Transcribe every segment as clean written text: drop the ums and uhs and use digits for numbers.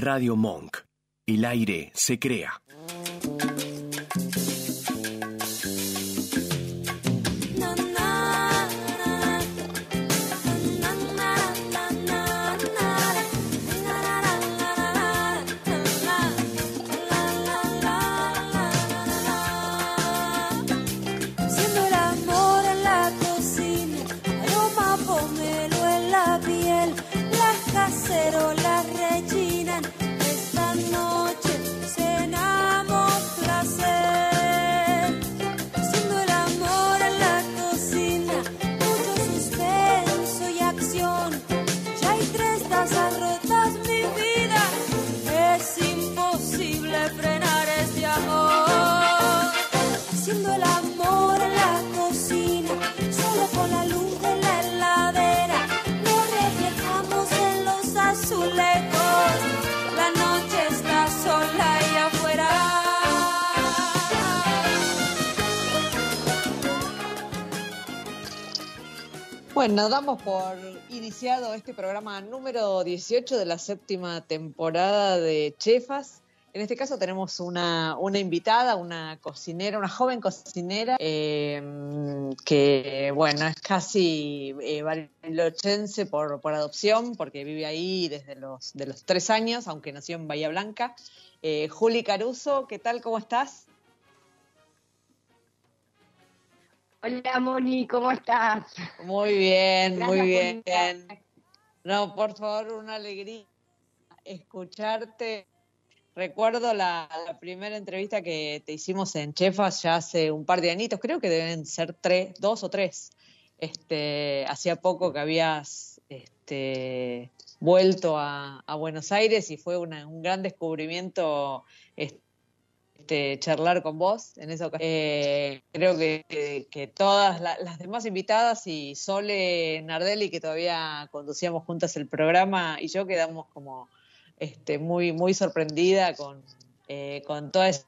Radio Monk. El aire se crea. Cacerolas rechinan, esta noche cenamos placer. Haciendo el amor en la cocina, mucho suspenso y acción. Ya hay 3 tazas rotas, mi vida, es imposible frenar este amor. Haciendo el amor en la cocina, solo con la luz de la heladera, nos reflejamos en los azulejos, la noche está sola y afuera. Bueno, damos por iniciado este programa número 18 de la 7ª temporada de Chefas. En este caso tenemos una invitada, una cocinera, una joven cocinera que, bueno, es casi barilochense por adopción, porque vive ahí desde los 3 años, aunque nació en Bahía Blanca. Juli Caruso, ¿qué tal? ¿Cómo estás? Hola Moni, ¿cómo estás? Muy bien, Gracias muy por bien. invitarme. No, por favor, una alegría escucharte. Recuerdo la primera entrevista que te hicimos en Chefas ya hace un par de añitos, creo que deben ser 2 o 3. Hacía poco que habías vuelto a Buenos Aires y fue un gran descubrimiento charlar con vos en esa ocasión. Creo que todas las demás invitadas y Sole Nardelli, que todavía conducíamos juntas el programa, y yo quedamos como muy, muy sorprendida con toda esa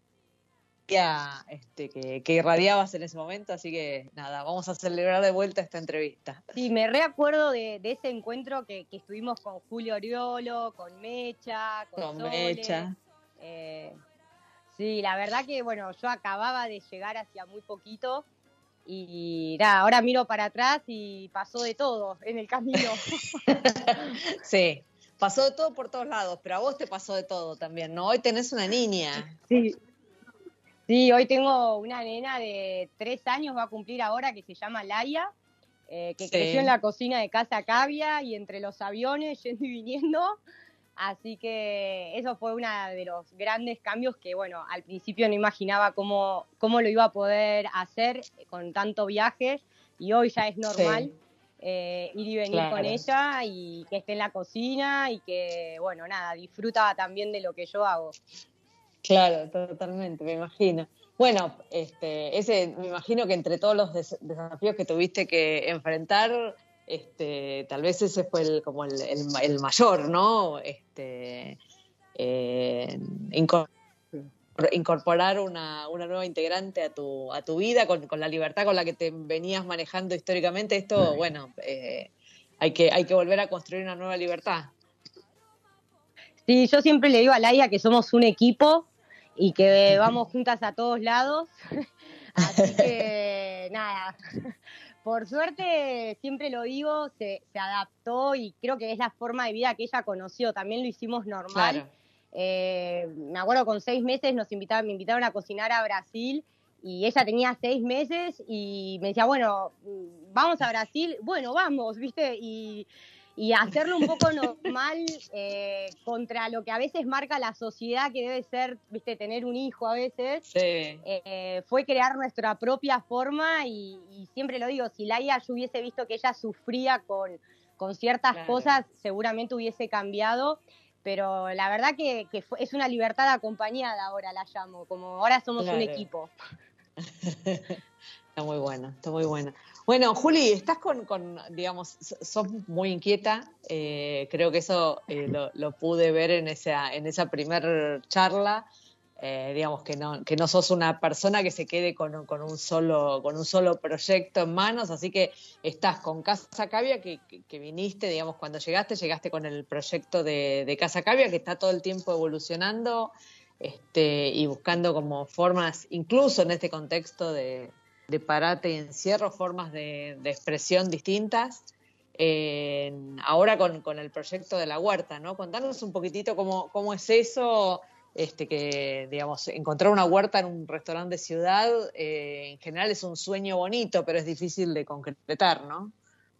que irradiabas en ese momento, así que nada, vamos a celebrar de vuelta esta entrevista. Sí, me reacuerdo de ese encuentro que estuvimos con Julio Oriolo, con Mecha, con Sole. Mecha. Sí, la verdad que, bueno, yo acababa de llegar hacía muy poquito y nada, ahora miro para atrás y pasó de todo en el camino. Sí. Pasó de todo por todos lados, pero a vos te pasó de todo también, ¿no? Hoy tenés una niña. Sí, hoy tengo una nena de 3 años, va a cumplir ahora, que se llama Laia, que creció en la cocina de Casa Cavia y entre los aviones, yendo y viniendo. Así que eso fue uno de los grandes cambios que, bueno, al principio no imaginaba cómo lo iba a poder hacer con tanto viaje, y hoy ya es normal. Sí. Ir y venir con ella y que esté en la cocina y que, bueno, nada, disfruta también de lo que yo hago. Claro, totalmente, me imagino. Bueno, me imagino que entre todos los desafíos que tuviste que enfrentar, tal vez ese fue el mayor, ¿no? Incorporar una nueva integrante a tu vida con la libertad con la que te venías manejando históricamente. Esto, bueno, hay que volver a construir una nueva libertad. Sí, yo siempre le digo a Laia que somos un equipo y que vamos juntas a todos lados. Así que, nada, por suerte, siempre lo digo, se adaptó y creo que es la forma de vida que ella conoció. También lo hicimos normal. Claro. Me acuerdo con 6 meses me invitaron a cocinar a Brasil y ella tenía 6 meses y me decía, bueno, vamos a Brasil, bueno, vamos, ¿viste? Y hacerlo un poco normal contra lo que a veces marca la sociedad, que debe ser, ¿viste? Tener un hijo a veces. Sí. Fue crear nuestra propia forma y siempre lo digo, si Laia yo hubiese visto que ella sufría con ciertas cosas, seguramente hubiese cambiado. Pero la verdad que es una libertad acompañada, ahora la llamo, como ahora somos un equipo. Está muy buena, está muy buena. Bueno, Juli, estás digamos, sos muy inquieta, creo que eso lo pude ver en esa primer charla. digamos que no sos una persona que se quede con un solo proyecto en manos, así que estás con Casa Cavia, que viniste, digamos, cuando llegaste con el proyecto de Casa Cavia, que está todo el tiempo evolucionando, y buscando como formas, incluso en este contexto de parate y encierro, formas de expresión distintas. Ahora con el proyecto de la huerta, ¿no? Contanos un poquitito cómo es eso, que, digamos, encontrar una huerta en un restaurante de ciudad, en general es un sueño bonito, pero es difícil de concretar, ¿no?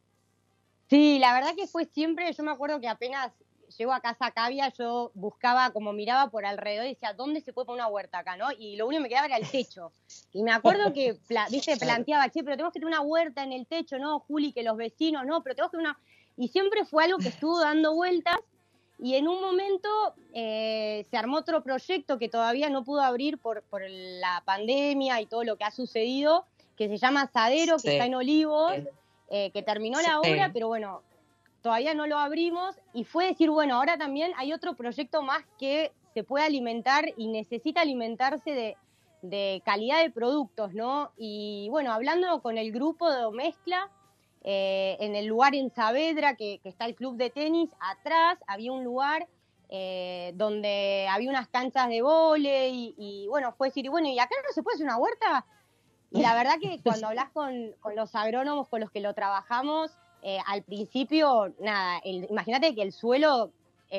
Sí, la verdad que fue siempre, yo me acuerdo que apenas llego a Casa Cavia, yo buscaba, como miraba por alrededor y decía, ¿dónde se puede poner una huerta acá, no? Y lo único que me quedaba era el techo. Y me acuerdo que, planteaba, che, pero tenemos que tener una huerta en el techo, ¿no, Juli? Que los vecinos, no, pero tenemos que tener una... Y siempre fue algo que estuvo dando vueltas, y en un momento se armó otro proyecto que todavía no pudo abrir por la pandemia y todo lo que ha sucedido, que se llama Asadero, que está en Olivos, que terminó la obra, pero bueno, todavía no lo abrimos, y fue decir, bueno, ahora también hay otro proyecto más que se puede alimentar y necesita alimentarse de calidad de productos, ¿no? Y bueno, hablando con el grupo de Mezcla, en el lugar en Saavedra, que está el club de tenis, atrás había un lugar donde había unas canchas de vóley, y bueno, fue decir, bueno, ¿y acá no se puede hacer una huerta? Y la verdad que cuando hablas con los agrónomos con los que lo trabajamos, al principio, nada, imagínate que el suelo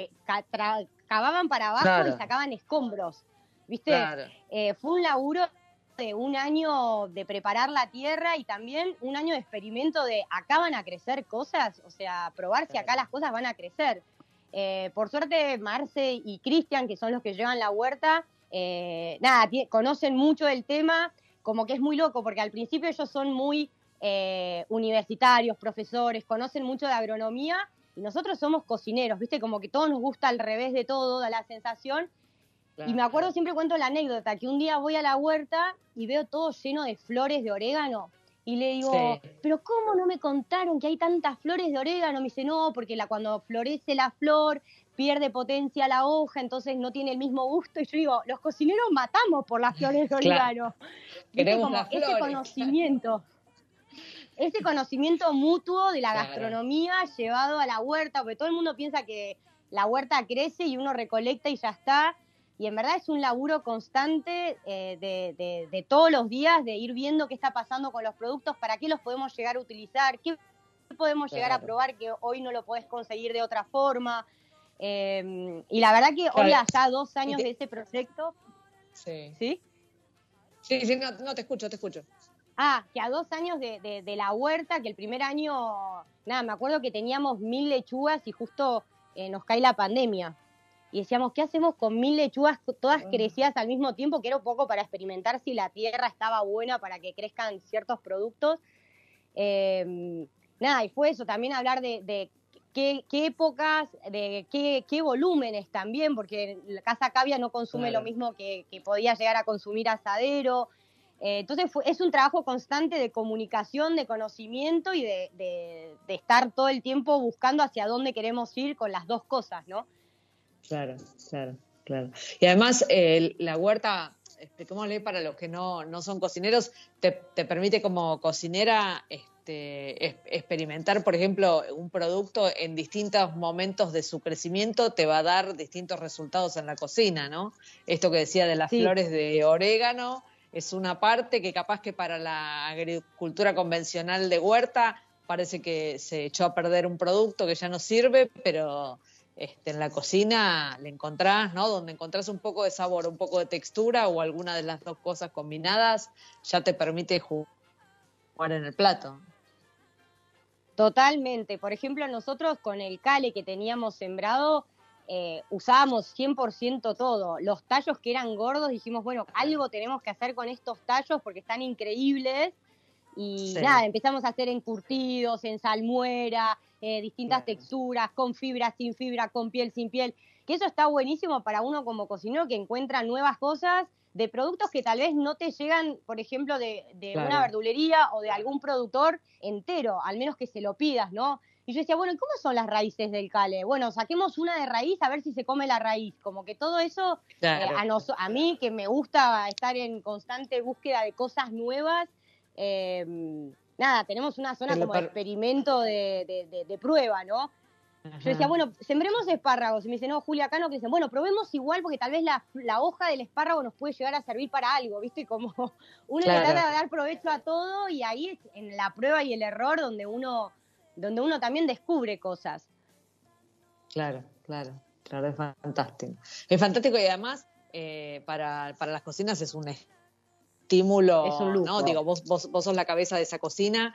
cavaban para abajo, claro, y sacaban escombros, ¿viste? Claro. Fue un laburo de un año de preparar la tierra y también un año de experimento de acá van a crecer cosas, o sea, probar si acá las cosas van a crecer. Por suerte, Marce y Cristian, que son los que llevan la huerta, nada, conocen mucho del tema, como que es muy loco, porque al principio ellos son muy universitarios, profesores, conocen mucho de agronomía, y nosotros somos cocineros, ¿viste? Como que todo nos gusta al revés de todo, da la sensación. Claro. Y me acuerdo, siempre cuento la anécdota, que un día voy a la huerta y veo todo lleno de flores de orégano, y le digo, sí, pero ¿cómo no me contaron que hay tantas flores de orégano? Me dice, no, porque cuando florece la flor, pierde potencia la hoja, entonces no tiene el mismo gusto. Y yo digo, los cocineros matamos por las flores de orégano. Claro. Queremos como ese conocimiento. Ese conocimiento mutuo de la gastronomía llevado a la huerta, porque todo el mundo piensa que la huerta crece y uno recolecta y ya está, y en verdad es un laburo constante de todos los días, de ir viendo qué está pasando con los productos, para qué los podemos llegar a utilizar, qué podemos llegar a probar que hoy no lo podés conseguir de otra forma, y la verdad que hoy, ya 2 años de ese proyecto... Sí. ¿Sí? Sí, no, te escucho. Que a 2 años de la huerta, que el primer año, nada, me acuerdo que teníamos 1000 lechugas y justo nos cae la pandemia. Y decíamos, ¿qué hacemos con 1000 lechugas todas crecidas al mismo tiempo? Que era un poco para experimentar si la tierra estaba buena para que crezcan ciertos productos. Nada, y fue eso, también hablar de qué épocas, de qué volúmenes también, porque la Casa Cavia no consume lo mismo que podía llegar a consumir Asadero. Entonces es un trabajo constante de comunicación, de conocimiento y de estar todo el tiempo buscando hacia dónde queremos ir con las dos cosas, ¿no? Claro. Y además la huerta, expliquémosle para los que no son cocineros, te permite como cocinera experimentar, por ejemplo, un producto en distintos momentos de su crecimiento, te va a dar distintos resultados en la cocina, ¿no? Esto que decía de las flores de orégano, es una parte que capaz que para la agricultura convencional de huerta parece que se echó a perder un producto que ya no sirve, pero en la cocina le encontrás, ¿no? Donde encontrás un poco de sabor, un poco de textura o alguna de las dos cosas combinadas, ya te permite jugar en el plato. Totalmente. Por ejemplo, nosotros con el cale que teníamos sembrado, usábamos 100% todo. Los tallos que eran gordos, dijimos, bueno, algo tenemos que hacer con estos tallos porque están increíbles. Y nada, empezamos a hacer encurtidos, en salmuera, distintas texturas, con fibra, sin fibra, con piel, sin piel. Que eso está buenísimo para uno como cocinero, que encuentra nuevas cosas de productos que tal vez no te llegan, por ejemplo, de una verdulería o de algún productor entero, al menos que se lo pidas, ¿no? Y yo decía, bueno, ¿y cómo son las raíces del cale? Bueno, saquemos una de raíz a ver si se come la raíz. Como que todo eso, Claro. a mí que me gusta estar en constante búsqueda de cosas nuevas, nada, tenemos una Te zona lo como de per- experimento de prueba, ¿no? Yo decía, Ajá. bueno, sembremos espárragos. Y me dice, no, Julia, acá no, que dicen, bueno, probemos igual porque tal vez la hoja del espárrago nos puede llegar a servir para algo, ¿viste? Como uno le Claro, trata de dar provecho a todo y ahí es en la prueba y el error donde uno también descubre cosas. claro, es fantástico. Es fantástico y además para las cocinas es un Es un estímulo, ¿no? lujo. Digo, vos sos la cabeza de esa cocina,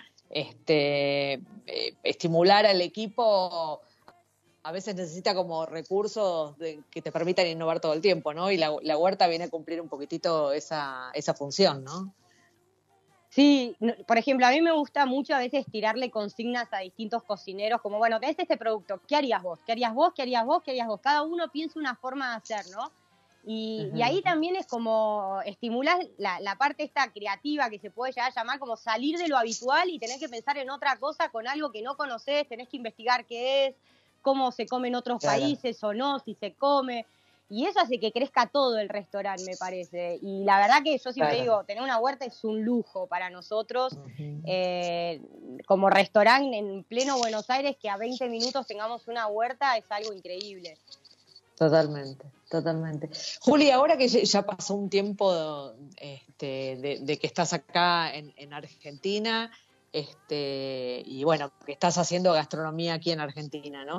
estimular al equipo a veces necesita como recursos que te permitan innovar todo el tiempo, ¿no? Y la huerta viene a cumplir un poquitito esa función, ¿no? Sí, por ejemplo, a mí me gusta mucho a veces tirarle consignas a distintos cocineros, como, bueno, tenés este producto, ¿qué harías vos? ¿Qué harías vos? ¿Qué harías vos? ¿Qué harías vos? Cada uno piensa una forma de hacer, ¿no? Y Ajá. ahí también es como estimular la parte esta creativa que se puede llegar a llamar como salir de lo habitual y tener que pensar en otra cosa con algo que no conoces, tenés que investigar qué es, cómo se come en otros Claro, países o no, si se come. Y eso hace que crezca todo el restaurante, me parece. Y la verdad que yo siempre claro. digo, tener una huerta es un lujo para nosotros. Ujú. Como restaurante en pleno Buenos Aires, que a 20 minutos tengamos una huerta es algo increíble. Totalmente. Juli, ahora que ya pasó un tiempo de que estás acá en Argentina, y bueno, que estás haciendo gastronomía aquí en Argentina, ¿no?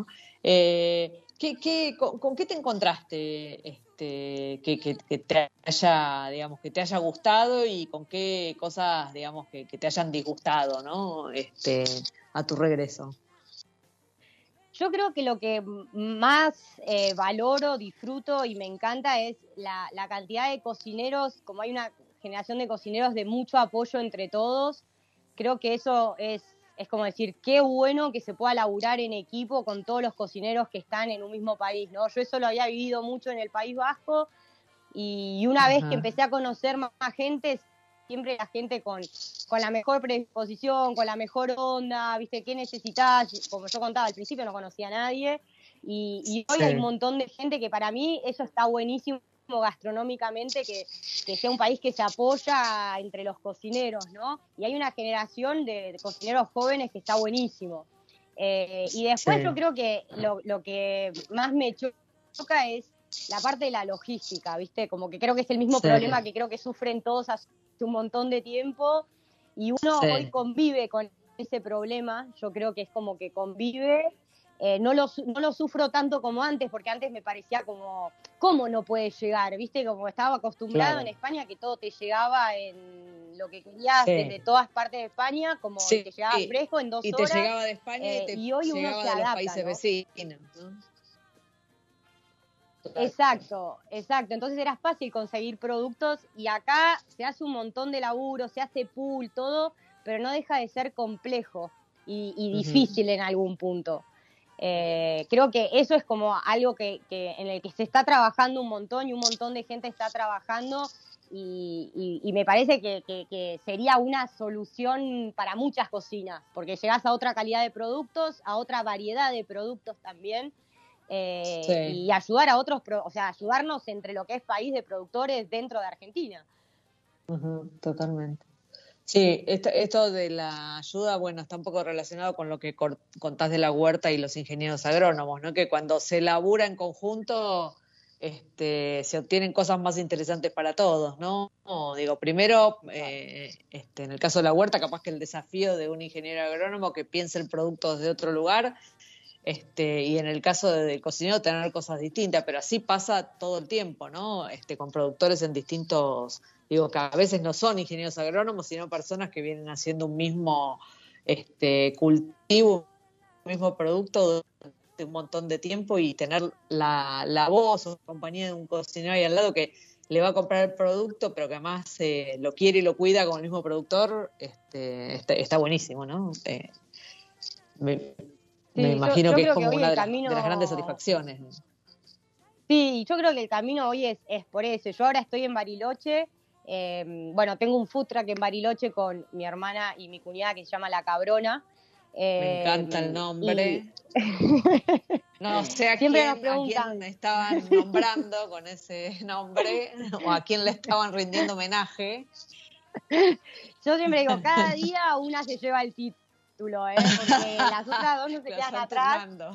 ¿Con qué te encontraste que te haya, digamos, que te haya gustado y con qué cosas, digamos, que te hayan disgustado, ¿no? A tu regreso. Yo creo que lo que más valoro, disfruto y me encanta es la cantidad de cocineros, como hay una generación de cocineros de mucho apoyo entre todos, creo que eso es como decir, qué bueno que se pueda laburar en equipo con todos los cocineros que están en un mismo país, ¿no? Yo eso lo había vivido mucho en el País Vasco y una vez que Ajá. empecé a conocer más gente, siempre la gente con la mejor predisposición, con la mejor onda, ¿viste? ¿Qué necesitas? Como yo contaba al principio, no conocía a nadie. Y hoy hay un Sí. montón de gente que para mí eso está buenísimo gastronómicamente, que sea un país que se apoya entre los cocineros, ¿no? Y hay una generación de cocineros jóvenes que está buenísimo. Y después yo Sí. creo que lo que más me choca es la parte de la logística, ¿viste? Como que creo que es el mismo Sí. problema que creo que sufren todos hace un montón de tiempo y uno hoy Sí. convive con ese problema, yo creo que es como que convive, no lo sufro tanto como antes, porque antes me parecía como, ¿cómo no puede llegar? ¿Viste? Como estaba acostumbrado en Claro. España que todo te llegaba en lo que querías Sí. desde todas partes de España, como y te Sí, llegaba fresco en 2 y te horas, llegaba de España y te y hoy uno llegaba se de los adapta, países ¿no? vecinos, ¿no? Total. Exacto. Entonces era fácil conseguir productos y acá se hace un montón de laburo, se hace pool, todo, pero no deja de ser complejo y difícil en algún punto. Creo que eso es como algo que en el que se está trabajando un montón y un montón de gente está trabajando y me parece que sería una solución para muchas cocinas, porque llegás a otra calidad de productos, a otra variedad de productos también. Sí. Y ayudar a otros, o sea, ayudarnos entre lo que es país de productores dentro de Argentina. Ujú, totalmente. Sí, esto de la ayuda, bueno, está un poco relacionado con lo que contás de la huerta y los ingenieros agrónomos, ¿no? Que cuando se labura en conjunto, se obtienen cosas más interesantes para todos, ¿no? Digo, primero, en el caso de la huerta, capaz que el desafío de un ingeniero agrónomo que piense el producto desde otro lugar, y en el caso del cocinero tener cosas distintas, pero así pasa todo el tiempo, ¿no? Con productores en distintos, digo, que a veces no son ingenieros agrónomos, sino personas que vienen haciendo un mismo cultivo, un mismo producto durante un montón de tiempo y tener la voz o compañía de un cocinero ahí al lado que le va a comprar el producto, pero que además lo quiere y lo cuida con el mismo productor, está buenísimo, ¿no? Me Sí, imagino yo que es creo que como hoy una el de las grandes camino, satisfacciones. sí, yo creo que el camino hoy es por eso. Yo ahora estoy en Bariloche, bueno, tengo un food truck en Bariloche con mi hermana y mi cuñada que se llama La Cabrona, Me encanta el nombre. No sé a Siempre nos quién preguntan. estaban nombrando con ese nombre o a quién le estaban rindiendo homenaje. Yo siempre digo, cada día una se lleva el título, porque las otras dos no se Las quedan van atrás. turnando.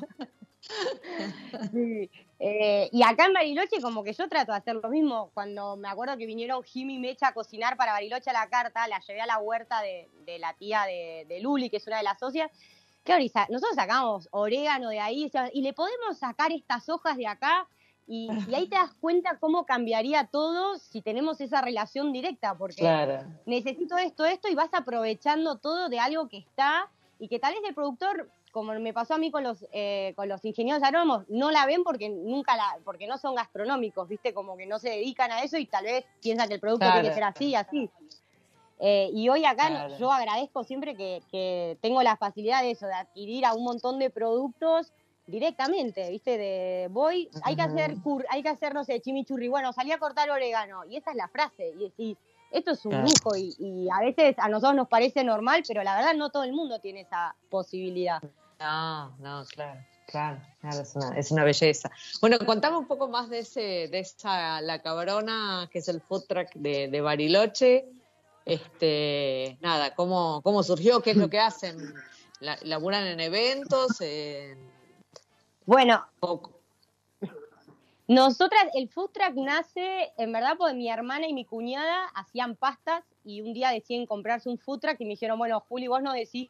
Sí. Y acá en Bariloche como que yo trato de hacer lo mismo. Cuando me acuerdo que vinieron Jimmy y Mecha a cocinar para Bariloche a la carta, la llevé a la huerta de la tía de Luli, que es una de las socias. Claro, nosotros sacamos orégano de ahí y le podemos sacar estas hojas de acá y ahí te das cuenta cómo cambiaría todo si tenemos esa relación directa, porque Claro. necesito esto y vas aprovechando todo de algo que está y que tal vez el productor, como me pasó a mí con los ingenieros agrónomos, no la ven porque porque no son gastronómicos, ¿viste? Como que no se dedican a eso y tal vez piensan que el producto tiene que ser así y así. Y hoy acá yo agradezco siempre que tengo la facilidad de eso, de adquirir a un montón de productos directamente, ¿viste? hay que hacer, no sé, chimichurri, bueno, salí a cortar orégano, y esa es la frase, y decís, esto es un lujo, y a veces a nosotros nos parece normal, pero la verdad no todo el mundo tiene esa posibilidad. No, claro, es una belleza. Bueno, contame un poco más de esa La Cabrona, que es el food truck de Bariloche. Nada, ¿cómo surgió? ¿Qué es lo que hacen? ¿Laburan en eventos? Bueno, nosotras, el food truck nace, en verdad, porque mi hermana y mi cuñada hacían pastas y un día deciden comprarse un food truck y me dijeron, bueno, Juli, vos nos decís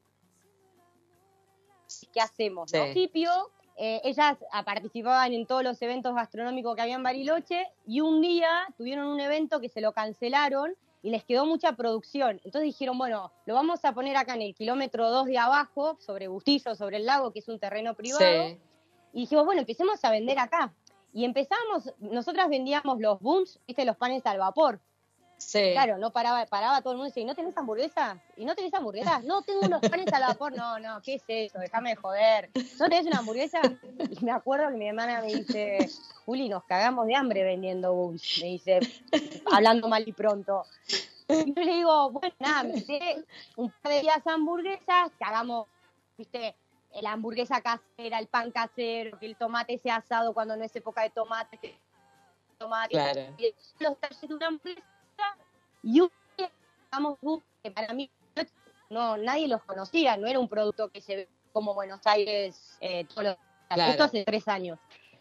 qué hacemos, ¿no? Al principio, ellas participaban en todos los eventos gastronómicos que había en Bariloche y un día tuvieron un evento que se lo cancelaron y les quedó mucha producción. Entonces dijeron, bueno, lo vamos a poner acá en el kilómetro 2 de abajo, sobre Bustillo, sobre el lago, que es un terreno privado. Sí. Y dijimos, bueno, empecemos a vender acá. Y empezamos, nosotras vendíamos los buns, ¿viste? Los panes al vapor. Sí. Claro, no paraba todo el mundo y decía, ¿y no tenés hamburguesas? ¿Y no tenés hamburguesas? No, tengo unos panes al vapor. No, ¿qué es eso? Déjame de joder. ¿No tenés una hamburguesa? Y me acuerdo que mi hermana me dice, Juli, nos cagamos de hambre vendiendo buns. Me dice, hablando mal y pronto. Y yo le digo, bueno, nada, me hice un par de días hamburguesas, que hagamos, ¿viste? La hamburguesa casera, el pan casero, que el tomate sea asado cuando no es época de tomate. Claro. Y los talleres de una hamburguesa y un día hagamos buns que para mí nadie los conocía, no era un producto que se ve como Buenos Aires todos los días. Esto hace 3 años.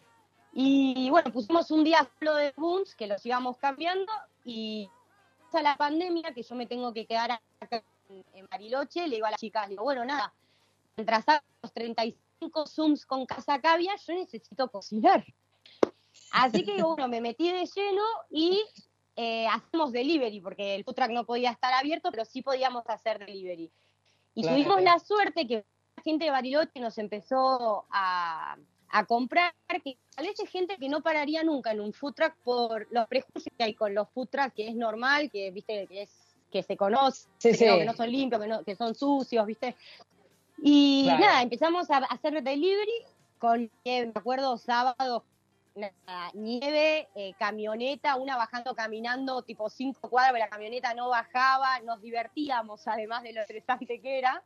Y bueno, pusimos un día solo de buns que los íbamos cambiando y a la pandemia, que yo me tengo que quedar acá en Bariloche, le digo a las chicas, digo, bueno, nada, mientras hago los 35 Zooms con Casa Cavia, yo necesito cocinar. Así que bueno, me metí de lleno y hacemos delivery, porque el food truck no podía estar abierto, pero sí podíamos hacer delivery. Y tuvimos la suerte que la gente de Bariloche nos empezó a comprar, que tal vez es gente que no pararía nunca en un food truck por los prejuicios que hay con los food trucks, que es normal, que viste que se conoce, que no son limpios, que son sucios, viste. Y nada, empezamos a hacer delivery con, me acuerdo, sábados, nieve, camioneta, una bajando caminando tipo 5 cuadras, pero la camioneta no bajaba, nos divertíamos además de lo estresante que era.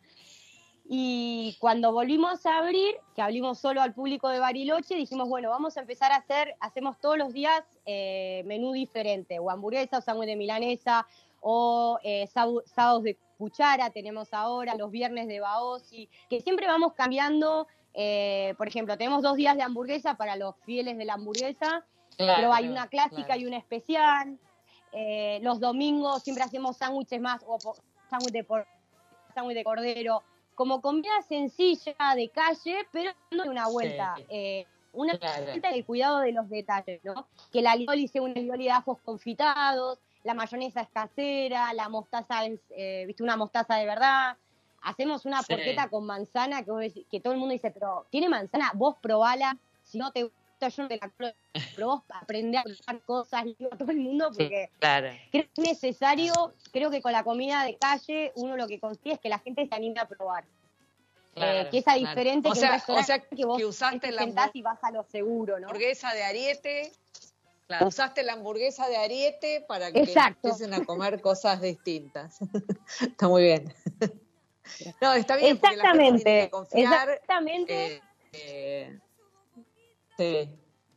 Y cuando volvimos a abrir, que abrimos solo al público de Bariloche, dijimos, bueno, vamos a empezar a hacemos todos los días menú diferente, o hamburguesa, o sándwich de milanesa, o sábados de cuchara tenemos ahora, los viernes de baozi, que siempre vamos cambiando. Por ejemplo, tenemos 2 días de hamburguesa para los fieles de la hamburguesa, pero hay una clásica y una especial. Los domingos siempre hacemos sándwiches más, o sándwich de cordero, como comida sencilla de calle, pero dando una vuelta. Una vuelta del cuidado de los detalles, ¿no? Que la alioli sea una alioli de ajos confitados, la mayonesa es casera, la mostaza es, viste, una mostaza de verdad. Hacemos una porqueta con manzana que todo el mundo dice, pero ¿tiene manzana? Vos probala, si no te gusta yo no te la pruebo, pero vos aprendés a probar cosas, le digo a todo el mundo, porque creo que es necesario, creo que con la comida de calle uno lo que consigue es que la gente se anime a probar. Que esa diferente que un restaurante que vos usaste te sentás y vas a lo seguro, ¿no? Hamburguesa de Ariete. Claro, usaste la hamburguesa de Ariete para que empiecen a comer cosas distintas. Está muy bien. No, está bien porque la gente tiene que Exactamente, confiar. exactamente. eh, eh, sí,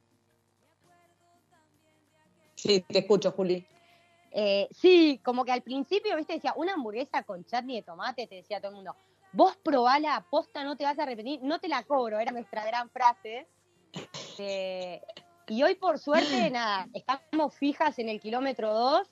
sí, te escucho, Juli. Sí, como que al principio, viste, decía, una hamburguesa con chutney de tomate, te decía todo el mundo, vos probala, posta, no te vas a arrepentir, no te la cobro, era nuestra gran frase. Y hoy, por suerte, nada, estamos fijas en el kilómetro 2,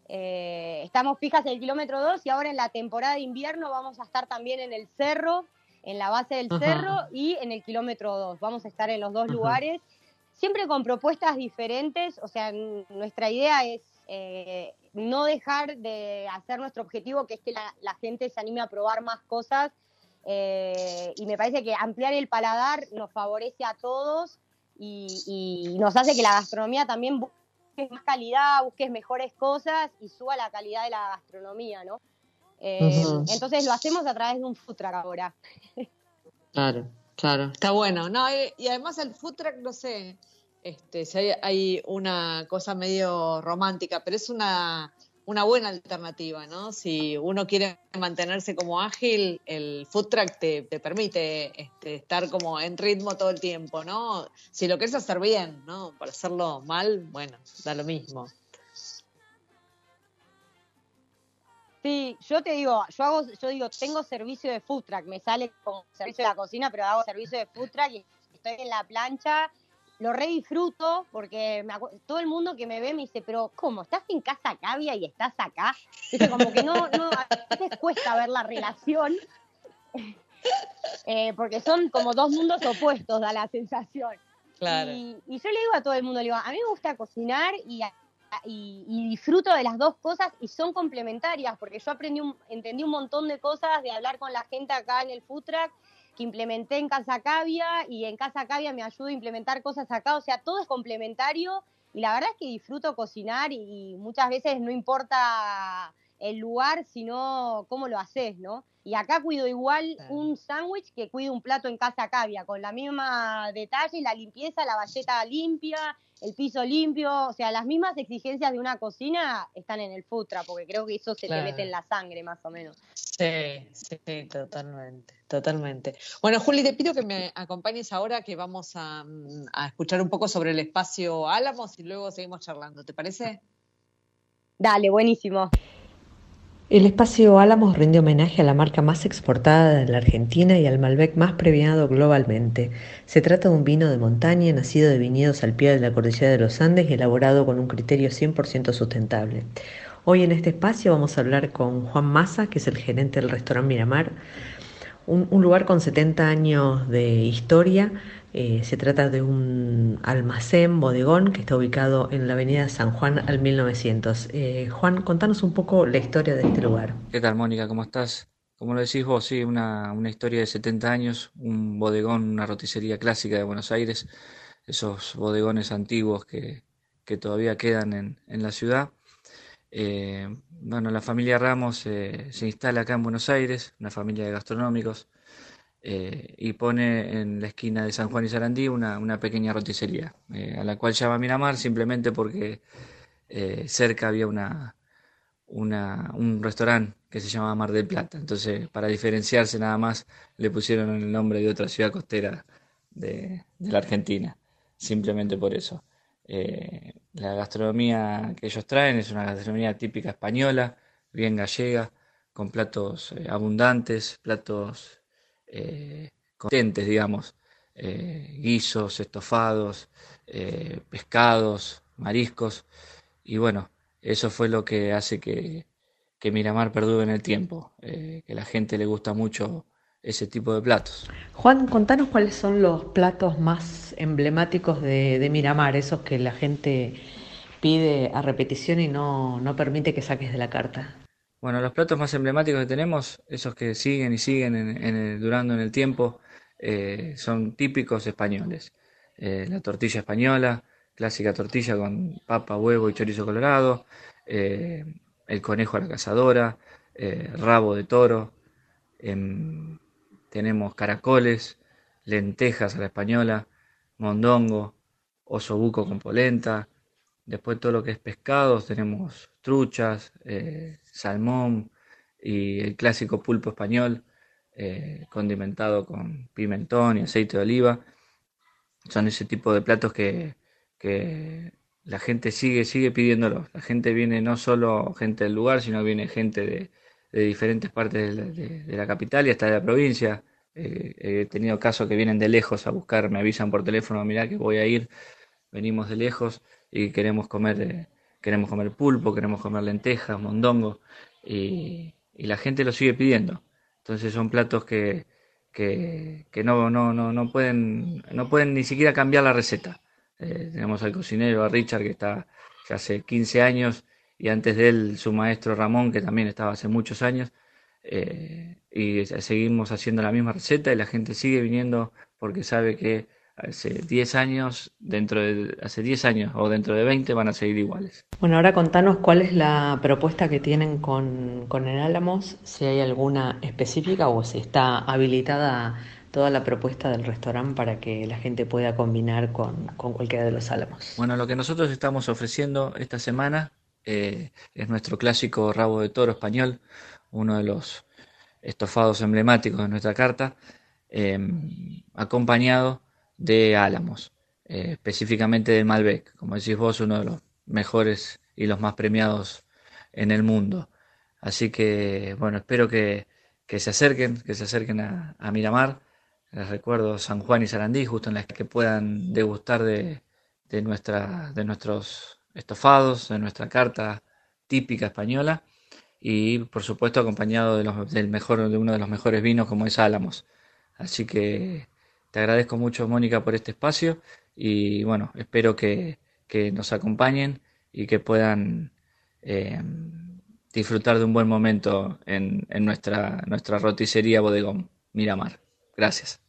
y ahora en la temporada de invierno vamos a estar también en el cerro, en la base del cerro Ajá, y en el kilómetro 2. Vamos a estar en los dos ajá. lugares, siempre con propuestas diferentes. O sea, nuestra idea es no dejar de hacer nuestro objetivo, que es que la gente se anime a probar más cosas. Y me parece que ampliar el paladar nos favorece a todos y nos hace que la gastronomía también busques más calidad, busques mejores cosas y suba la calidad de la gastronomía, ¿no? Ujú. Entonces lo hacemos a través de un food truck ahora. Claro, claro, está bueno. No, y además el food truck, no sé, si hay una cosa medio romántica, pero es una buena alternativa, ¿no? Si uno quiere mantenerse como ágil, el food truck te permite estar como en ritmo todo el tiempo, ¿no? Si lo quieres hacer bien, ¿no? Para hacerlo mal, bueno, da lo mismo. Sí, yo te digo, yo digo, tengo servicio de food truck, me sale como servicio de la cocina, pero hago servicio de food truck y estoy en la plancha, lo re disfruto porque todo el mundo que me ve me dice, pero ¿cómo? ¿Estás en Casa Cavia y estás acá? Dice, como que no, a veces cuesta ver la relación, porque son como dos mundos opuestos, da la sensación. Claro. Y yo le digo a todo el mundo, le digo, a mí me gusta cocinar y disfruto de las dos cosas y son complementarias, porque yo entendí un montón de cosas de hablar con la gente acá en el food truck que implementé en Casa Cavia, y en Casa Cavia me ayuda a implementar cosas acá. O sea, todo es complementario y la verdad es que disfruto cocinar y muchas veces no importa el lugar, sino cómo lo haces, ¿no? Y acá cuido igual un sándwich que cuido un plato en Casa Cavia, con la misma detalle, la limpieza, la bayeta limpia, el piso limpio. O sea, las mismas exigencias de una cocina están en el food truck, porque creo que eso se te mete en la sangre, más o menos. Sí, sí, totalmente, totalmente. Bueno, Juli, te pido que me acompañes ahora, que vamos a escuchar un poco sobre el espacio Álamos y luego seguimos charlando, ¿te parece? Dale, buenísimo. El espacio Álamos rinde homenaje a la marca más exportada de la Argentina y al Malbec más premiado globalmente. Se trata de un vino de montaña nacido de viñedos al pie de la cordillera de los Andes y elaborado con un criterio 100% sustentable. Hoy en este espacio vamos a hablar con Juan Massa, que es el gerente del restaurante Miramar, un lugar con 70 años de historia. Se trata de un almacén, bodegón, que está ubicado en la avenida San Juan al 1900. Juan, contanos un poco la historia de este lugar. ¿Qué tal, Mónica? ¿Cómo estás? Como lo decís vos, sí, una historia de 70 años, un bodegón, una roticería clásica de Buenos Aires, esos bodegones antiguos que todavía quedan en la ciudad. Bueno, la familia Ramos se instala acá en Buenos Aires, una familia de gastronómicos, y pone en la esquina de San Juan y Sarandí una pequeña roticería, a la cual llama Miramar simplemente porque cerca había un restaurante que se llamaba Mar del Plata. Entonces, para diferenciarse nada más, le pusieron el nombre de otra ciudad costera de la Argentina, simplemente por eso. La gastronomía que ellos traen es una gastronomía típica española, bien gallega, con platos abundantes, platos contentes, digamos, guisos, estofados, pescados, mariscos, y bueno, eso fue lo que hace que Miramar perdure en el tiempo, que a la gente le gusta mucho ese tipo de platos. Juan, contanos cuáles son los platos más emblemáticos de Miramar, esos que la gente pide a repetición y no permite que saques de la carta. Bueno, los platos más emblemáticos que tenemos, esos que siguen y siguen durando en el tiempo, son típicos españoles. La tortilla española, clásica tortilla con papa, huevo y chorizo colorado, eh, el conejo a la cazadora, rabo de toro, em, tenemos caracoles, lentejas a la española, mondongo, osobuco con polenta. Después todo lo que es pescados, tenemos truchas, salmón, y el clásico pulpo español, condimentado con pimentón y aceite de oliva. Son ese tipo de platos que la gente sigue pidiéndolos. La gente viene, no solo gente del lugar, sino viene gente de diferentes partes de la capital y hasta de la provincia. He tenido casos que vienen de lejos a buscar, me avisan por teléfono, mirá que voy a ir, venimos de lejos y queremos comer pulpo, queremos comer lentejas, mondongo, y la gente lo sigue pidiendo. Entonces son platos que no pueden ni siquiera cambiar la receta. Tenemos al cocinero, a Richard, que está que hace 15 años, y antes de él su maestro Ramón, que también estaba hace muchos años, y seguimos haciendo la misma receta y la gente sigue viniendo porque sabe que hace 10 años, hace 10 años o dentro de 20 van a seguir iguales. Bueno, ahora contanos cuál es la propuesta que tienen con el Álamos, si hay alguna específica o si está habilitada toda la propuesta del restaurante para que la gente pueda combinar con cualquiera de los Álamos. Bueno, lo que nosotros estamos ofreciendo esta semana es nuestro clásico rabo de toro español, uno de los estofados emblemáticos de nuestra carta, acompañado de Álamos, específicamente del Malbec, como decís vos, uno de los mejores y los más premiados en el mundo. Así que, bueno, espero que se acerquen a Miramar. Les recuerdo San Juan y Sarandí, justo en las que puedan degustar de nuestros estofados, de nuestra carta típica española, y por supuesto acompañado de uno de los mejores vinos como es Álamos. Así que te agradezco mucho, Mónica, por este espacio y bueno, espero que nos acompañen y que puedan disfrutar de un buen momento en nuestra roticería Bodegón Miramar. Gracias.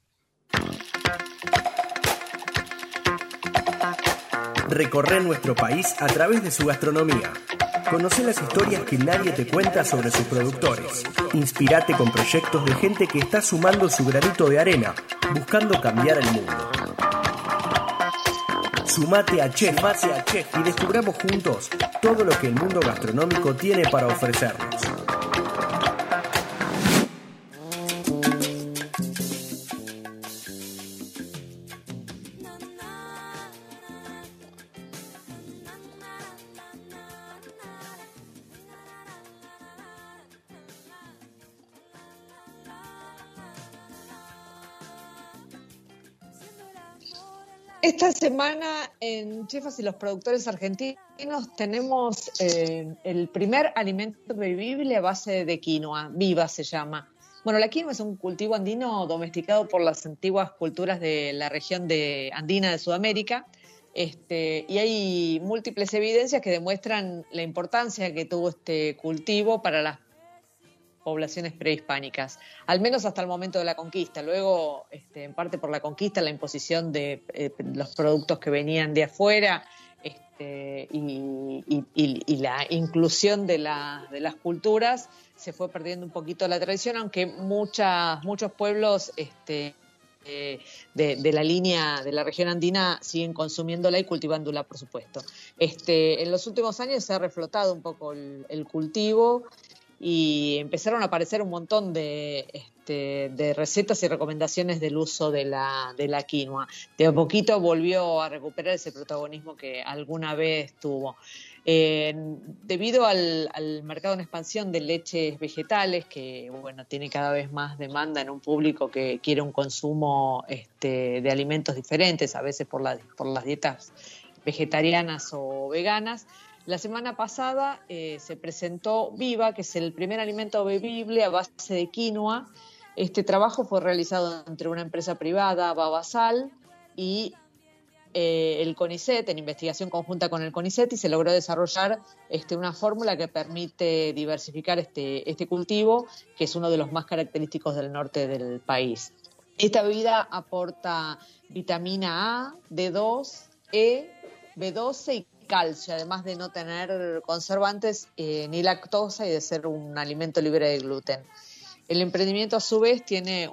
Recorrer nuestro país a través de su gastronomía. Conoce las historias que nadie te cuenta sobre sus productores. Inspírate con proyectos de gente que está sumando su granito de arena, buscando cambiar el mundo. Sumate a Chef y descubramos juntos todo lo que el mundo gastronómico tiene para ofrecernos. Esta semana en Chefas y los productores argentinos tenemos el primer alimento bebible a base de quinoa, Viva se llama. Bueno, la quinoa es un cultivo andino domesticado por las antiguas culturas de la región andina de Sudamérica, y hay múltiples evidencias que demuestran la importancia que tuvo este cultivo para las poblaciones prehispánicas, al menos hasta el momento de la conquista. Luego, en parte por la conquista, la imposición de los productos que venían de afuera, y la inclusión de las culturas, se fue perdiendo un poquito la tradición, aunque muchos pueblos de la línea de la región andina siguen consumiéndola y cultivándola, por supuesto. En los últimos años se ha reflotado un poco el cultivo y empezaron a aparecer un montón de recetas y recomendaciones del uso de la quinoa. De a poquito volvió a recuperar ese protagonismo que alguna vez tuvo. Debido al mercado en expansión de leches vegetales, que bueno, tiene cada vez más demanda en un público que quiere un consumo de alimentos diferentes, a veces por las dietas vegetarianas o veganas. La semana pasada se presentó Viva, que es el primer alimento bebible a base de quinoa. Este trabajo fue realizado entre una empresa privada, Babasal, y el CONICET, en investigación conjunta con el CONICET, y se logró desarrollar una fórmula que permite diversificar este cultivo, que es uno de los más característicos del norte del país. Esta bebida aporta vitamina A, D2, E, B12 y calcio, además de no tener conservantes ni lactosa y de ser un alimento libre de gluten. El emprendimiento a su vez tiene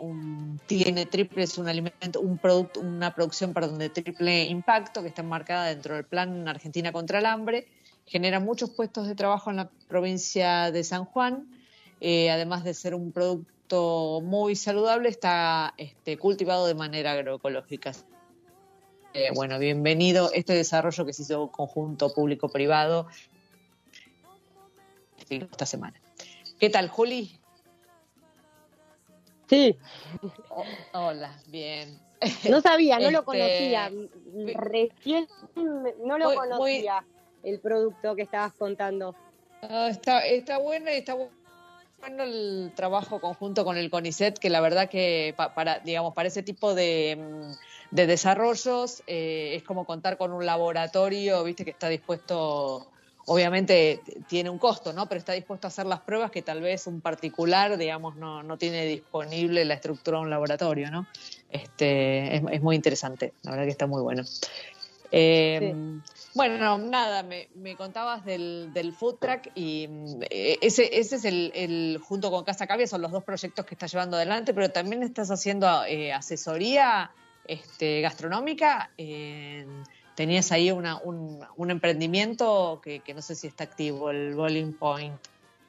una producción de triple impacto que está enmarcada dentro del Plan Argentina contra el Hambre, genera muchos puestos de trabajo en la provincia de San Juan, además de ser un producto muy saludable, está cultivado de manera agroecológica. Bueno, bienvenido este desarrollo que se hizo conjunto público-privado esta semana. ¿Qué tal, Juli? Sí. Hola, bien. No sabía, no lo conocía. Recién no lo conocía el producto que estabas contando. Está bueno y está bueno el trabajo conjunto con el CONICET, que la verdad que para ese tipo de desarrollos es como contar con un laboratorio, viste, que está dispuesto, obviamente tiene un costo, ¿no? Pero está dispuesto a hacer las pruebas que tal vez un particular, digamos, no tiene disponible la estructura de un laboratorio, ¿no? Es muy interesante, la verdad que está muy bueno. Sí. Bueno, no, nada, me contabas del food truck y ese es el junto con Casa Cavia, son los dos proyectos que estás llevando adelante, pero también estás haciendo asesoría gastronómica. Tenías ahí un emprendimiento que no sé si está activo, el Boiling Point.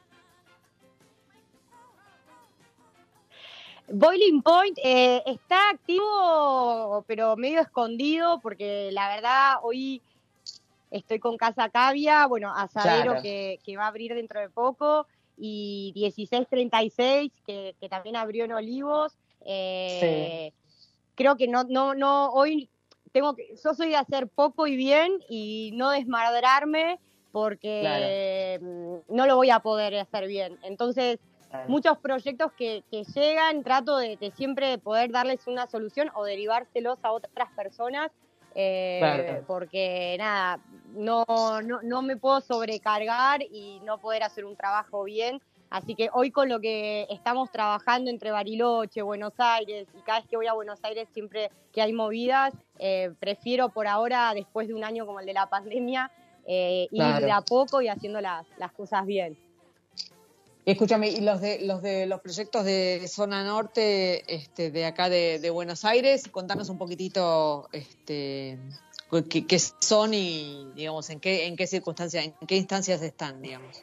Boiling Point está activo, pero medio escondido, porque la verdad hoy estoy con Casa Cavia, bueno, Asadero, Claro. que va a abrir dentro de poco, y 1636, que también abrió en Olivos. Sí. Creo que no, hoy yo soy de hacer poco y bien y no desmadrarme, porque no lo voy a poder hacer bien. Entonces, muchos proyectos que llegan, trato de siempre poder darles una solución o derivárselos a otras personas, porque nada, no me puedo sobrecargar y no poder hacer un trabajo bien. Así que hoy, con lo que estamos trabajando entre Bariloche, Buenos Aires, y cada vez que voy a Buenos Aires siempre que hay movidas, prefiero por ahora, después de un año como el de la pandemia, ir de a poco y haciendo las cosas bien. Escúchame, y los proyectos de Zona Norte, de acá de Buenos Aires, contanos un poquitito qué son y, digamos, en qué circunstancias, en qué instancias están, digamos.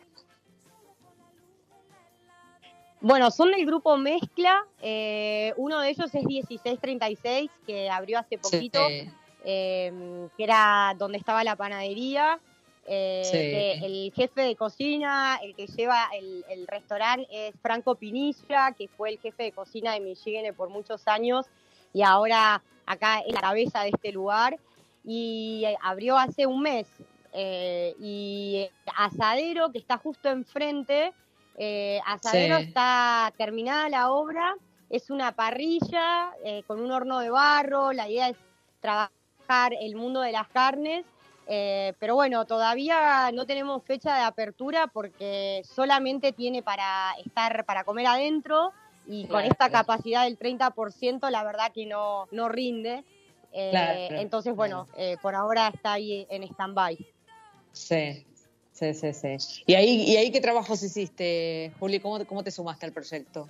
Bueno, son del grupo Mezcla. Uno de ellos es 1636, que abrió hace poquito, que era donde estaba la panadería. Que el jefe de cocina, el que lleva el restaurante, es Franco Pinilla, que fue el jefe de cocina de Michigan por muchos años y ahora acá es la cabeza de este lugar, y abrió hace un mes. Y Asadero, que está justo enfrente, Asadero está terminada la obra, es una parrilla con un horno de barro. La idea es trabajar el mundo de las carnes. Pero bueno, todavía no tenemos fecha de apertura porque solamente tiene para comer adentro, y con esta capacidad del 30% la verdad que no rinde. Entonces, bueno, por ahora está ahí en stand-by. Sí. ¿Y ahí qué trabajos hiciste, Juli? ¿Cómo te sumaste al proyecto?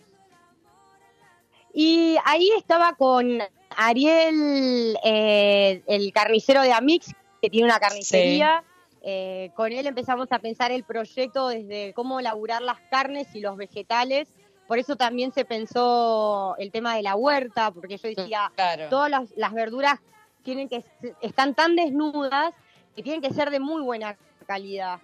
Y ahí estaba con Ariel, el carnicero de Amix, que tiene una carnicería. Con él empezamos a pensar el proyecto desde cómo elaborar las carnes y los vegetales. Por eso también se pensó el tema de la huerta, porque yo decía, todas las verduras están tan desnudas que tienen que ser de muy buena calidad.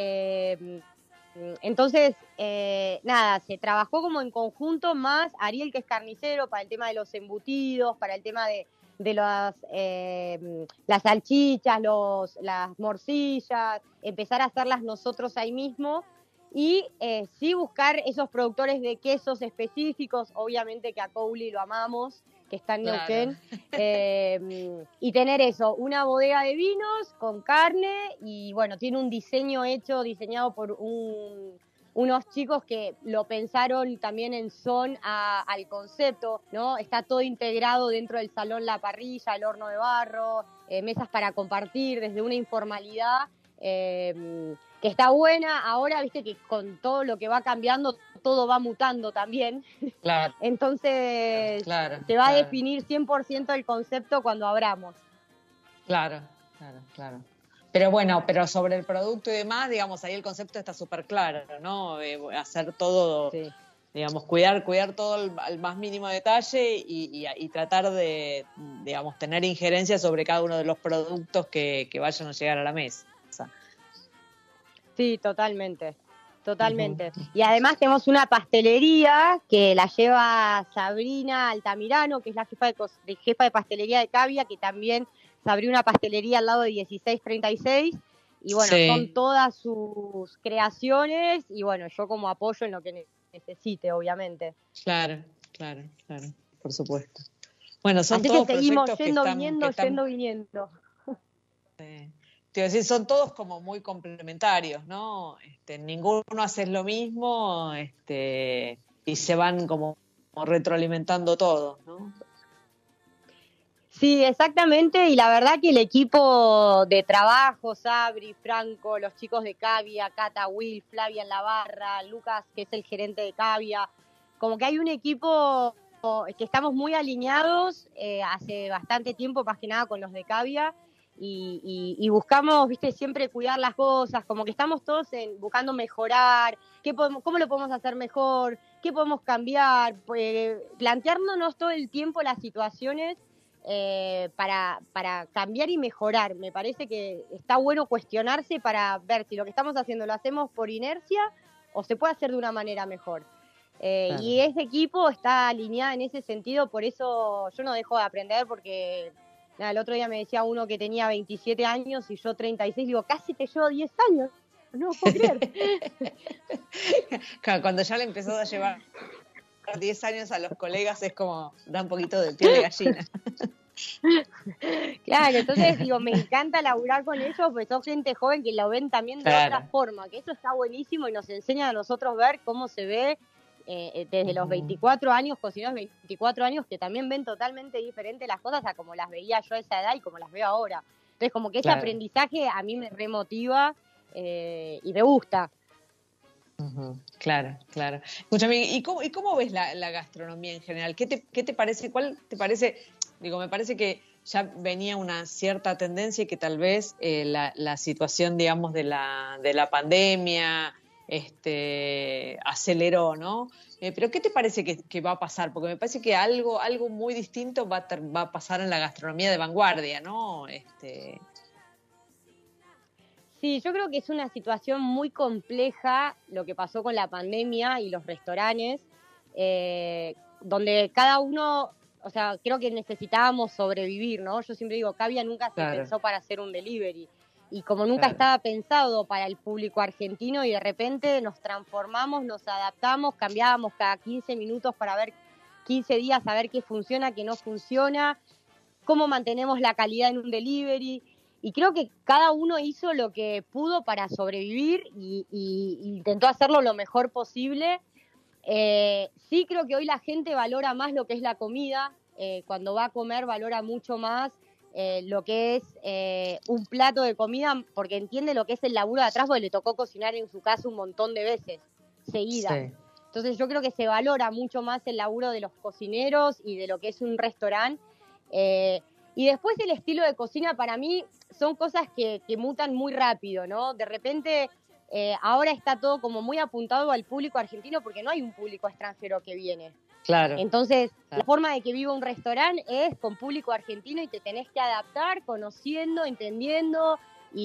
Entonces, nada, se trabajó como en conjunto, más Ariel, que es carnicero, para el tema de los embutidos, para el tema de las salchichas, las morcillas, empezar a hacerlas nosotros ahí mismo, y sí buscar esos productores de quesos específicos, obviamente que a Couli lo amamos, que está en Neuquén, y tener eso, una bodega de vinos con carne, y bueno, tiene un diseñado por unos chicos que lo pensaron también en son al concepto, ¿no? Está todo integrado dentro del salón, la parrilla, el horno de barro, mesas para compartir, desde una informalidad que está buena. Ahora, viste que con todo lo que va cambiando, todo va mutando también. Claro. Entonces, se va a definir 100% el concepto cuando abramos. Claro. Pero bueno, pero sobre el producto y demás, digamos, ahí el concepto está súper claro, ¿no? Hacer todo, Sí. digamos, cuidar todo al más mínimo detalle y tratar de, digamos, tener injerencia sobre cada uno de los productos que vayan a llegar a la mesa. Sí, totalmente. Totalmente. Uh-huh. Y además tenemos una pastelería que la lleva Sabrina Altamirano, que es la jefa de pastelería de Cavia, que también se abrió una pastelería al lado de 1636. Y bueno, Sí. son todas sus creaciones y bueno, yo como apoyo en lo que necesite, obviamente. Claro, por supuesto. Bueno, son así todos que seguimos proyectos yendo, que están, viniendo. Te iba a decir, son todos como muy complementarios, ¿no? Ninguno hace lo mismo, y se van como retroalimentando todos, ¿no? Sí, exactamente, y la verdad que el equipo de trabajo, Sabri, Franco, los chicos de Cavia, Cata, Will, Flavia en la barra, Lucas, que es el gerente de Cavia, como que hay un equipo que estamos muy alineados hace bastante tiempo, más que nada con los de Cavia, y buscamos, viste, siempre cuidar las cosas, como que estamos todos buscando mejorar, cómo lo podemos hacer mejor, qué podemos cambiar, planteándonos todo el tiempo las situaciones para cambiar y mejorar. Me parece que está bueno cuestionarse para ver si lo que estamos haciendo lo hacemos por inercia o se puede hacer de una manera mejor. Claro. Y ese equipo está alineado en ese sentido, por eso yo no dejo de aprender porque el otro día me decía uno que tenía 27 años y yo 36, digo, casi te llevo 10 años. No puedo creer. Claro, cuando ya le empezó a llevar 10 años a los colegas es como, da un poquito de piel de gallina. Claro, entonces digo, me encanta laburar con ellos, pues son gente joven que lo ven también de otra forma, que eso está buenísimo y nos enseña a nosotros ver cómo se ve desde los 24 años, cocineros 24 años, que también ven totalmente diferente las cosas a como las veía yo a esa edad y como las veo ahora. Entonces como que ese aprendizaje a mí me remotiva y me gusta. Uh-huh. Claro. Escúchame, ¿y cómo ves la gastronomía en general? ¿Qué te parece? ¿Cuál te parece? Digo, me parece que ya venía una cierta tendencia y que tal vez la situación, digamos, de la pandemia aceleró, ¿no? Pero ¿qué te parece que va a pasar? Porque me parece que algo muy distinto va a pasar en la gastronomía de vanguardia, ¿no? Sí, yo creo que es una situación muy compleja lo que pasó con la pandemia y los restaurantes, donde cada uno, o sea, creo que necesitábamos sobrevivir, ¿no? Yo siempre digo, Cavia nunca se pensó para hacer un delivery. Y como nunca estaba pensado para el público argentino y de repente nos transformamos, nos adaptamos, cambiábamos cada 15 minutos para ver 15 días a ver qué funciona, qué no funciona, cómo mantenemos la calidad en un delivery. Y creo que cada uno hizo lo que pudo para sobrevivir y intentó hacerlo lo mejor posible. Sí creo que hoy la gente valora más lo que es la comida. Cuando va a comer valora mucho más lo que es un plato de comida porque entiende lo que es el laburo de atrás porque le tocó cocinar en su casa un montón de veces seguidas. Sí. Entonces yo creo que se valora mucho más el laburo de los cocineros y de lo que es un restaurante. Y después el estilo de cocina para mí son cosas que mutan muy rápido, ¿no? De repente ahora está todo como muy apuntado al público argentino porque no hay un público extranjero que viene. Claro. Entonces, la forma de que viva un restaurante es con público argentino y te tenés que adaptar, conociendo, entendiendo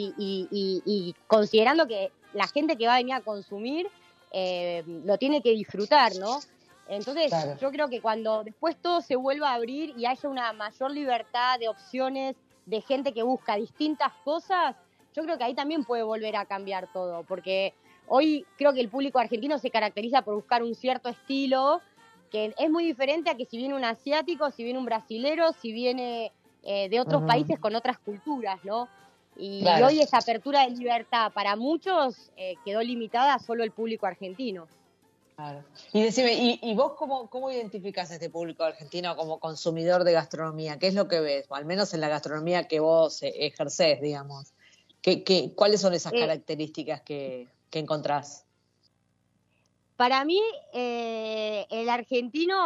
y considerando que la gente que va a venir a consumir lo tiene que disfrutar, ¿no? Entonces, yo creo que cuando después todo se vuelva a abrir y haya una mayor libertad de opciones de gente que busca distintas cosas, yo creo que ahí también puede volver a cambiar todo, porque hoy creo que el público argentino se caracteriza por buscar un cierto estilo que es muy diferente a que si viene un asiático, si viene un brasilero, si viene de otros países con otras culturas, ¿no? Y hoy esa apertura de libertad para muchos quedó limitada a solo el público argentino. Claro. Y decime, ¿y vos cómo identificás a este público argentino como consumidor de gastronomía? ¿Qué es lo que ves? O al menos en la gastronomía que vos ejercés, digamos. ¿Cuáles son esas características que encontrás? Para mí, el argentino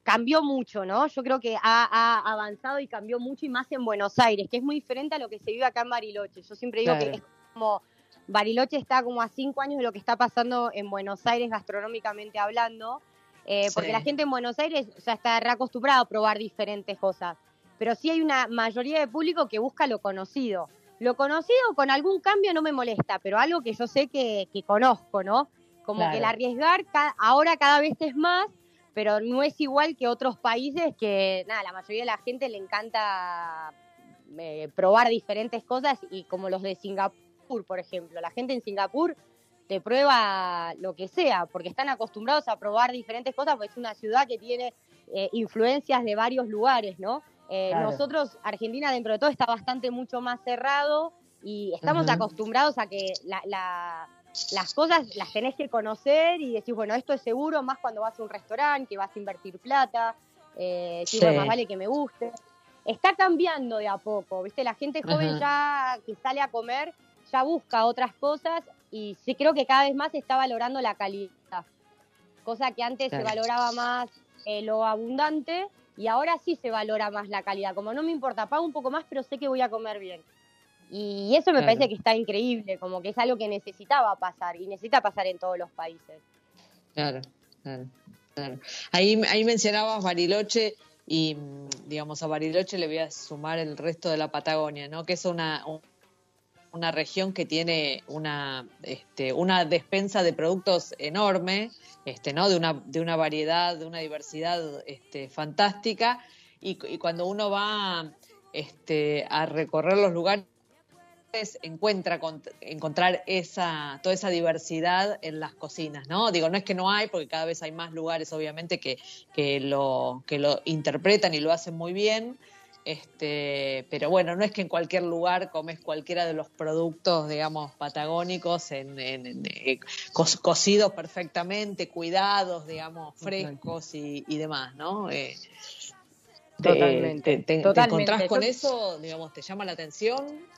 cambió mucho, ¿no? Yo creo que ha avanzado y cambió mucho, y más en Buenos Aires, que es muy diferente a lo que se vive acá en Bariloche. Yo siempre digo que es como, Bariloche está como a 5 años de lo que está pasando en Buenos Aires gastronómicamente hablando, porque la gente en Buenos Aires ya está reacostumbrada a probar diferentes cosas, pero sí hay una mayoría de público que busca lo conocido. Lo conocido con algún cambio no me molesta, pero algo que yo sé que conozco, ¿no? Como que el arriesgar ahora cada vez es más, pero no es igual que otros países que, nada, la mayoría de la gente le encanta probar diferentes cosas, y como los de Singapur, por ejemplo. La gente en Singapur te prueba lo que sea, porque están acostumbrados a probar diferentes cosas, porque es una ciudad que tiene influencias de varios lugares, ¿no? Nosotros, Argentina, dentro de todo, está mucho más cerrado, y estamos acostumbrados a que las cosas las tenés que conocer y decís, bueno, esto es seguro, más cuando vas a un restaurante, que vas a invertir plata, bueno, más vale que me guste. Está cambiando de a poco, ¿viste? La gente joven ya que sale a comer ya busca otras cosas, y sí creo que cada vez más se está valorando la calidad, cosa que antes se valoraba más lo abundante, y ahora sí se valora más la calidad. Como no me importa, pago un poco más, pero sé que voy a comer bien. Y eso me parece que está increíble, como que es algo que necesitaba pasar, y necesita pasar en todos los países. Claro. Ahí mencionabas Bariloche, y digamos, a Bariloche le voy a sumar el resto de la Patagonia, ¿no? Que es una región que tiene una despensa de productos enorme, ¿no? De una variedad, de una diversidad fantástica, y cuando uno va a recorrer los lugares, encontrar toda esa diversidad en las cocinas, ¿no? Digo, no es que no hay, porque cada vez hay más lugares, obviamente, que lo interpretan y lo hacen muy bien, pero bueno, no es que en cualquier lugar comes cualquiera de los productos, digamos, patagónicos cocidos perfectamente, cuidados, digamos, frescos y demás, ¿no? Totalmente. ¿Te encontrás con eso? Digamos, ¿te llama la atención?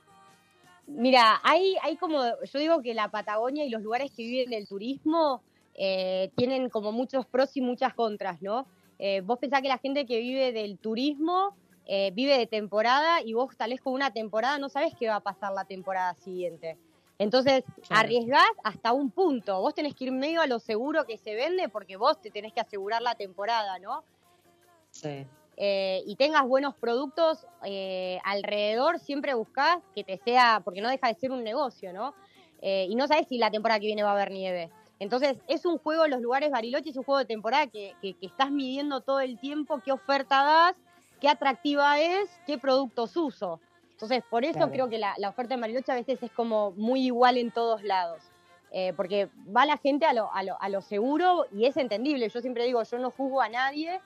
Mira, hay como, yo digo que la Patagonia y los lugares que viven del turismo tienen como muchos pros y muchas contras, ¿no? Vos pensás que la gente que vive del turismo vive de temporada, y vos tal vez con una temporada no sabés qué va a pasar la temporada siguiente. Entonces, arriesgás hasta un punto. Vos tenés que ir medio a lo seguro que se vende, porque vos te tenés que asegurar la temporada, ¿no? Sí. Y tengas buenos productos alrededor, siempre buscás que te sea, porque no deja de ser un negocio, ¿no? Y no sabes si la temporada que viene va a haber nieve. Entonces es un juego, los lugares Bariloche es un juego de temporada que estás midiendo todo el tiempo qué oferta das, qué atractiva es, qué productos uso. Entonces por eso creo que la oferta en Bariloche a veces es como muy igual en todos lados. Porque va la gente a lo seguro, y es entendible. Yo siempre digo, yo no juzgo a nadie.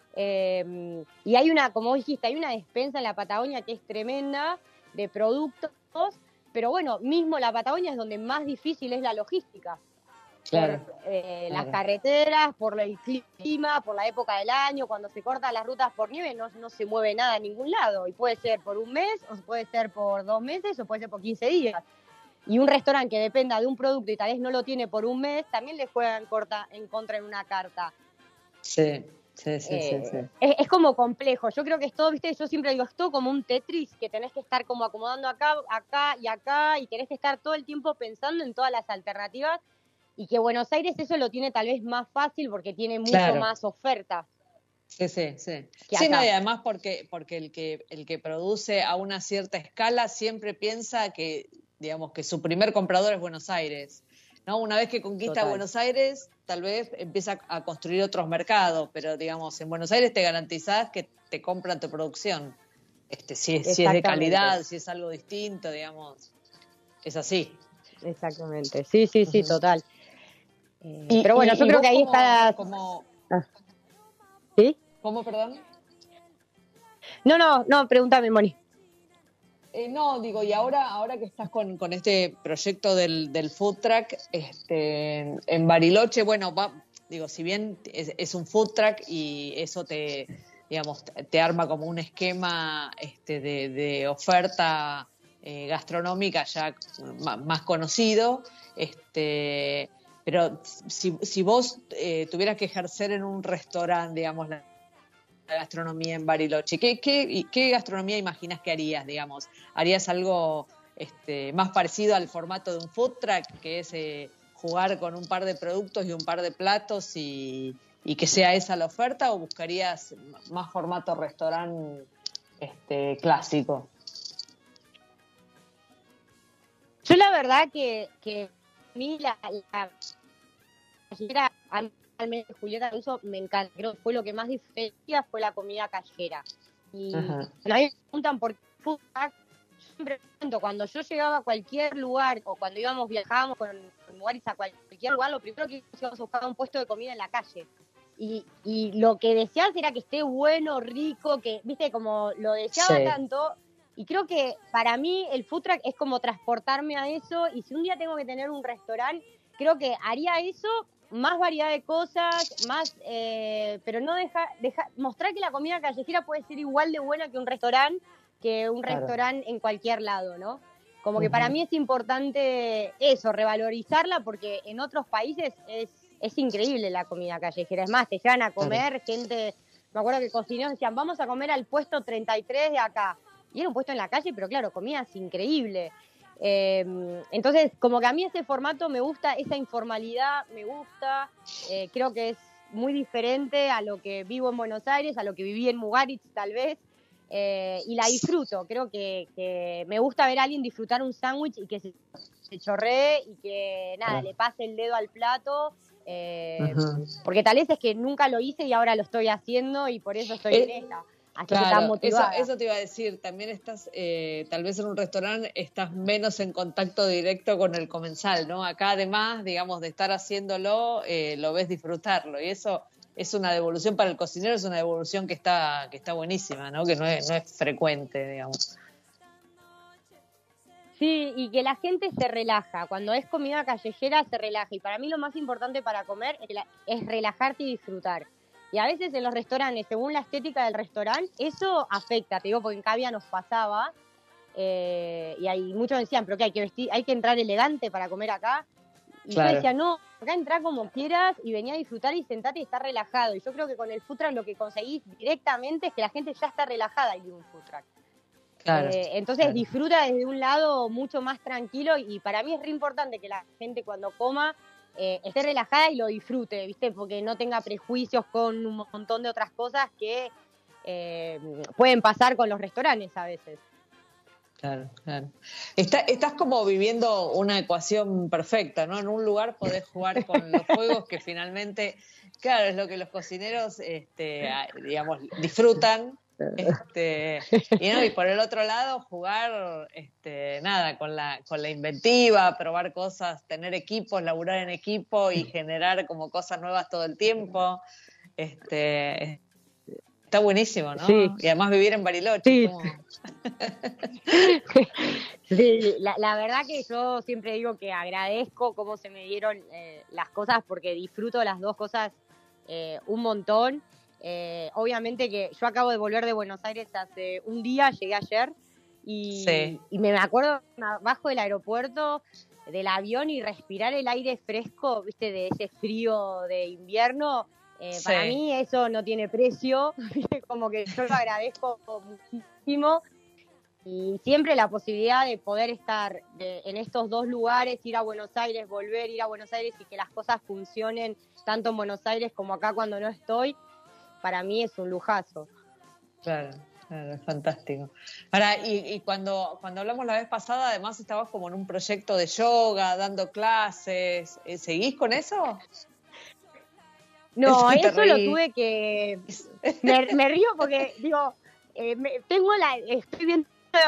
Y hay como vos dijiste, hay una despensa en la Patagonia que es tremenda de productos, pero bueno, mismo la Patagonia es donde más difícil es la logística. Por las carreteras, por el clima, por la época del año, cuando se cortan las rutas por nieve, no se mueve nada en ningún lado, y puede ser por un mes, o puede ser por 2 meses, o puede ser por 15 días. Y un restaurante que dependa de un producto y tal vez no lo tiene por un mes, también le juega en contra en una carta. Sí. Es como complejo. Yo creo que es todo, ¿viste? Yo siempre digo, es todo como un Tetris, que tenés que estar como acomodando acá y acá, y tenés que estar todo el tiempo pensando en todas las alternativas, y que Buenos Aires eso lo tiene tal vez más fácil porque tiene mucho más oferta. Sí. Sí, no, y además porque el que produce a una cierta escala siempre piensa que, digamos, que su primer comprador es Buenos Aires, ¿no? Una vez que conquista Buenos Aires, tal vez empieza a construir otros mercados, pero digamos, en Buenos Aires te garantizás que te compran tu producción. Si es de calidad, si es algo distinto, digamos, es así. Exactamente, sí, total. Pero bueno, yo creo que ahí está... ¿Sí? ¿Cómo, perdón? No, pregúntame, Moni. No, digo, y ahora que estás con este proyecto del food truck, en Bariloche, bueno, si bien es un food truck y eso te arma como un esquema de oferta gastronómica ya más conocido, pero si vos tuvieras que ejercer en un restaurante, digamos, la gastronomía en Bariloche, ¿qué gastronomía imaginas que harías, digamos? ¿Harías algo más parecido al formato de un food truck, que es jugar con un par de productos y un par de platos y que sea esa la oferta, o buscarías más formato restaurante clásico? Yo la verdad que a mí la callejera, al menos Julieta Russo, me encanta. Creo que fue lo que más diferencia fue la comida callejera. Y Ajá. a mí me preguntan por qué food truck. Yo siempre pregunto, cuando yo llegaba a cualquier lugar o cuando viajábamos con lugares a cualquier lugar, lo primero que íbamos a buscar un puesto de comida en la calle. Y lo que deseabas era que esté bueno, rico, que, viste, como lo deseaba Sí. tanto. Y creo que para mí el food truck es como transportarme a eso. Y si un día tengo que tener un restaurante, creo que haría eso, más variedad de cosas, más, pero no mostrar que la comida callejera puede ser igual de buena que un restaurante en cualquier lado, ¿no? Como que para mí es importante eso, revalorizarla, porque en otros países es increíble la comida callejera. Es más, te llevan a comer gente, me acuerdo que cocineros decían, vamos a comer al puesto 33 de acá. Y era un puesto en la calle, pero claro, comida es increíble. Entonces, como que a mí ese formato me gusta, esa informalidad me gusta, creo que es muy diferente a lo que vivo en Buenos Aires, a lo que viví en Mugaritz tal vez, y la disfruto. Creo que me gusta ver a alguien disfrutar un sándwich y que se chorree y que nada, le pase el dedo al plato, porque tal vez es que nunca lo hice y ahora lo estoy haciendo y por eso estoy en esta. Así que tan motivada. Eso te iba a decir, también estás, tal vez en un restaurante estás menos en contacto directo con el comensal, ¿no? Acá además, digamos, de estar haciéndolo, lo ves disfrutarlo, y eso es una devolución para el cocinero, es una devolución que está buenísima, ¿no? Que no es frecuente, digamos. Sí, y que la gente se relaja, cuando es comida callejera se relaja, y para mí lo más importante para comer es relajarte y disfrutar. Y a veces en los restaurantes, según la estética del restaurante, eso afecta, te digo, porque en Cavia nos pasaba, y muchos decían, pero que hay que entrar elegante para comer acá. Y Claro. yo decía, no, acá entrá como quieras y vení a disfrutar y sentate y estar relajado. Y yo creo que con el food truck lo que conseguís directamente es que la gente ya está relajada y de un food truck. Claro, entonces claro. disfruta desde un lado mucho más tranquilo, y para mí es re importante que la gente cuando coma esté relajada y lo disfrute, ¿viste? Porque no tenga prejuicios con un montón de otras cosas que pueden pasar con los restaurantes a veces. Claro, claro. Estás como viviendo una ecuación perfecta, ¿no? En un lugar podés jugar con los juegos que finalmente, claro, es lo que los cocineros, digamos, disfrutan. Y por el otro lado jugar nada con la inventiva, probar cosas, tener equipos, laburar en equipo y generar como cosas nuevas todo el tiempo. Está buenísimo, ¿no? Sí. Y además vivir en Bariloche. Sí. Como... Sí, la verdad que yo siempre digo que agradezco cómo se me dieron las cosas, porque disfruto las dos cosas un montón. Obviamente que yo acabo de volver de Buenos Aires hace un día, llegué ayer, y me acuerdo, bajo del aeropuerto, del avión, y respirar el aire fresco, viste, de ese frío de invierno. Para mí eso no tiene precio, como que yo lo agradezco muchísimo, y siempre la posibilidad de poder estar en estos dos lugares, ir a Buenos Aires, volver, ir a Buenos Aires, y que las cosas funcionen tanto en Buenos Aires como acá cuando no estoy, para mí es un lujazo. Claro, es fantástico. Ahora, y cuando hablamos la vez pasada, además estabas como en un proyecto de yoga, dando clases, ¿seguís con eso? No, eso lo tuve que... Me río porque, digo, estoy viendo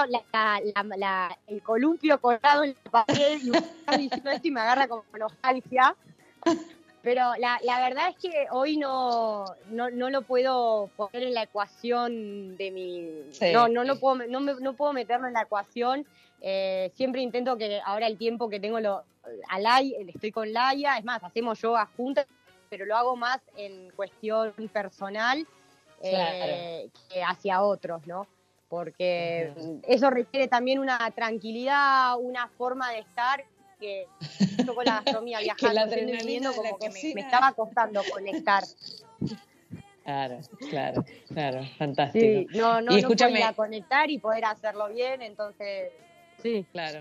el columpio colgado en la pared y diciendo esto y me agarra como nostalgia. Pero la verdad es que hoy no lo puedo poner en la ecuación de mi... Sí. No puedo meterlo en la ecuación. Siempre intento que ahora el tiempo que tengo estoy con Laia, es más, hacemos yoga juntas, pero lo hago más en cuestión personal que hacia otros, ¿no? Porque eso requiere también una tranquilidad, una forma de estar que yo con la gastronomía Que la viajando, yendo y adrenalina viniendo, de la como que me cocina. estaba costando conectar. Claro, fantástico. Sí, no Y podía escúchame, conectar y poder hacerlo bien, entonces, sí. claro.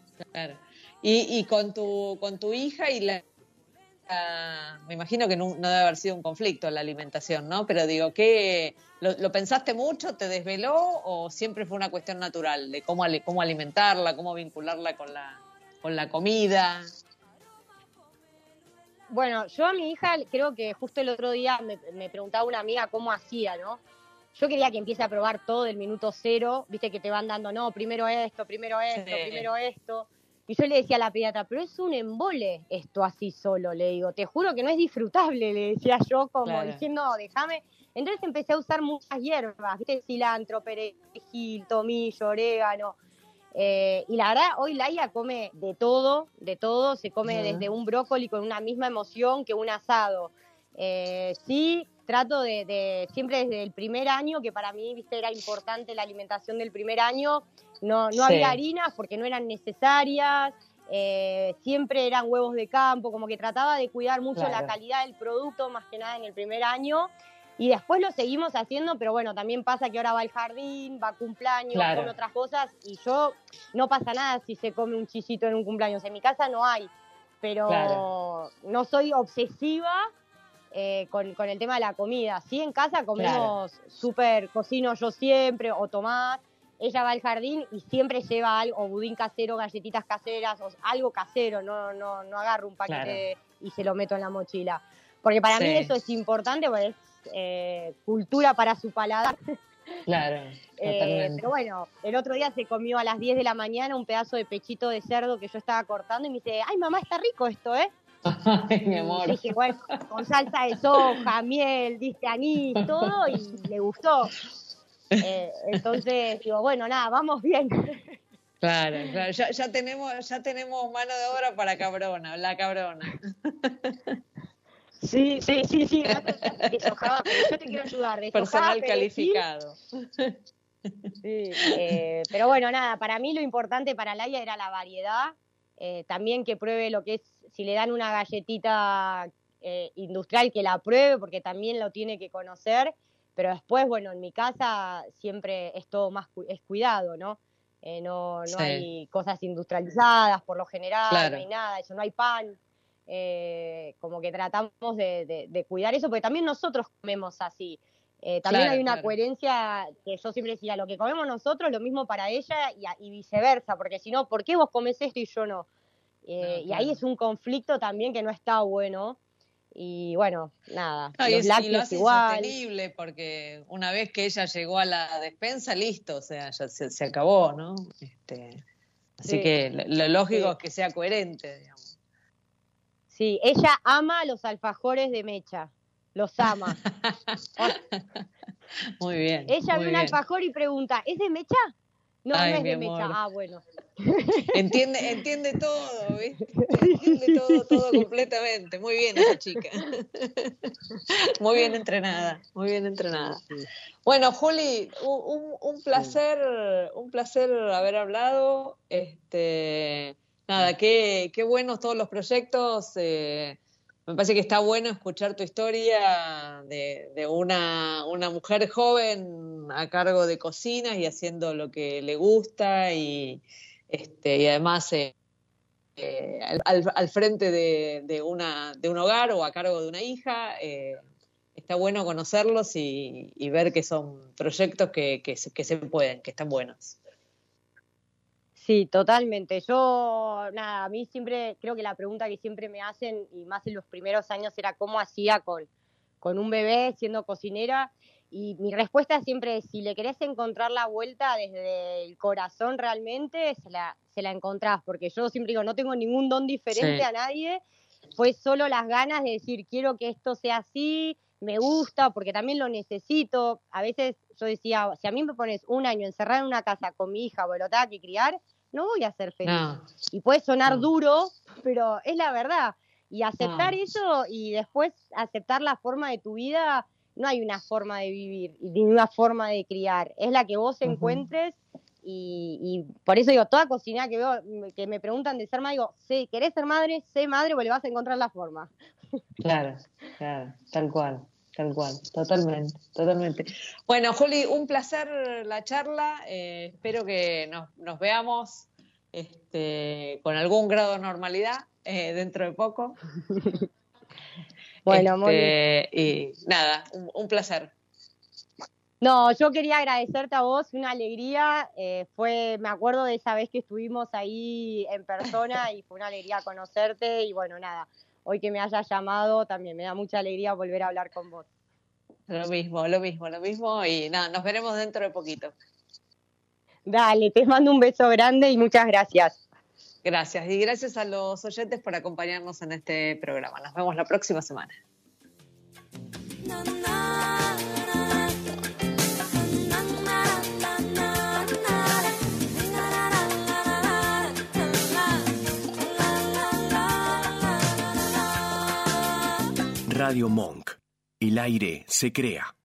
Y con tu hija y me imagino que no debe haber sido un conflicto la alimentación, ¿no? Pero digo, ¿lo pensaste mucho, te desveló o siempre fue una cuestión natural de cómo alimentarla, cómo vincularla con la comida? Bueno, yo a mi hija creo que justo el otro día me preguntaba una amiga cómo hacía, ¿no? Yo quería que empiece a probar todo del minuto cero, viste que te van dando, no, primero esto, primero esto. Y yo le decía a la pediatra, pero es un embole esto así solo, le digo, te juro que no es disfrutable, le decía yo, como diciendo, déjame. Entonces empecé a usar muchas hierbas, viste, cilantro, perejil, tomillo, orégano. Y la verdad, hoy Laia come de todo, se come desde un brócoli con una misma emoción que un asado. Sí, trato de siempre desde el primer año, que para mí, viste, era importante la alimentación del primer año, no había harinas porque no eran necesarias, siempre eran huevos de campo, como que trataba de cuidar mucho la calidad del producto, más que nada en el primer año. Y después lo seguimos haciendo, pero bueno, también pasa que ahora va al jardín, va a cumpleaños, come otras cosas, y yo, no pasa nada si se come un chisito en un cumpleaños. En mi casa no hay, pero no soy obsesiva con el tema de la comida. Sí, en casa comemos súper, cocino yo siempre, o Tomás, ella va al jardín y siempre lleva algo, o budín casero, galletitas caseras, o algo casero, no agarro un paquete y se lo meto en la mochila. Porque para mí eso es importante, porque es cultura para su paladar. Claro, totalmente. Pero bueno, el otro día se comió a las 10 de la mañana un pedazo de pechito de cerdo que yo estaba cortando y me dice, ay mamá, está rico esto, ¿eh? Ay, mi amor. Y dije, bueno, con salsa de soja, miel, diste anís, todo, y le gustó. Entonces digo, bueno, nada, vamos bien. Claro, ya tenemos mano de obra para la cabrona. Sí, deshojaba, pero yo te quiero ayudar. Personal calificado. Sí, pero bueno, nada, para mí lo importante para Laia era la variedad, también que pruebe lo que es, si le dan una galletita industrial, que la pruebe, porque también lo tiene que conocer, pero después, bueno, en mi casa siempre es todo más es cuidado, ¿no? No hay cosas industrializadas por lo general, no hay nada, eso, no hay pan. Como que tratamos de cuidar eso, porque también nosotros comemos así. También hay una coherencia que yo siempre decía, lo que comemos nosotros, lo mismo para ella y viceversa, porque si no, ¿por qué vos comés esto y yo no? Y ahí es un conflicto también que no está bueno. Y bueno, nada, los lácteos y lo hace igual. insostenible, porque una vez que ella llegó a la despensa, listo, o sea, ya se acabó, ¿no? Así que lo lógico es que sea coherente, digamos. Sí, ella ama los alfajores de mecha, los ama. Muy bien. Ella ve un alfajor y pregunta, ¿es de mecha? No, Ay, no es de mi mecha. amor. Ah, bueno. Entiende todo, ¿viste? Entiende todo completamente. Muy bien esa chica. Muy bien entrenada. Bueno, Juli, un placer haber hablado. Nada, qué buenos todos los proyectos. Me parece que está bueno escuchar tu historia de una mujer joven a cargo de cocinas y haciendo lo que le gusta y además al frente de un hogar o a cargo de una hija. Está bueno conocerlos y ver que son proyectos que se pueden, que están buenos. Sí, totalmente. Yo, nada, a mí siempre, creo que la pregunta que siempre me hacen, y más en los primeros años, era cómo hacía con un bebé siendo cocinera, y mi respuesta siempre es, si le querés encontrar la vuelta desde el corazón realmente, se la encontrás, porque yo siempre digo, no tengo ningún don diferente a nadie, fue solo las ganas de decir, quiero que esto sea así, me gusta, porque también lo necesito. A veces yo decía, si a mí me pones un año encerrada en una casa con mi hija, o lo tenga que criar, no voy a ser feliz. No. Y puede sonar duro, pero es la verdad. Y aceptar eso y después aceptar la forma de tu vida, no hay una forma de vivir ni una forma de criar. Es la que vos encuentres, y por eso digo, toda cocinera que veo, que me preguntan de ser madre, digo, sí, ¿querés ser madre? Sé madre, porque le vas a encontrar la forma. Claro, tal cual, totalmente. Bueno, Juli, un placer la charla, espero que nos veamos con algún grado de normalidad dentro de poco. Bueno, y nada, un placer. No, yo quería agradecerte a vos, una alegría, me acuerdo de esa vez que estuvimos ahí en persona y fue una alegría conocerte y bueno, nada, hoy que me hayas llamado también me da mucha alegría volver a hablar con vos. Lo mismo y nada, nos veremos dentro de poquito. Dale, te mando un beso grande y muchas gracias. Gracias, y gracias a los oyentes por acompañarnos en este programa. Nos vemos la próxima semana. Radio Monk. El aire se crea.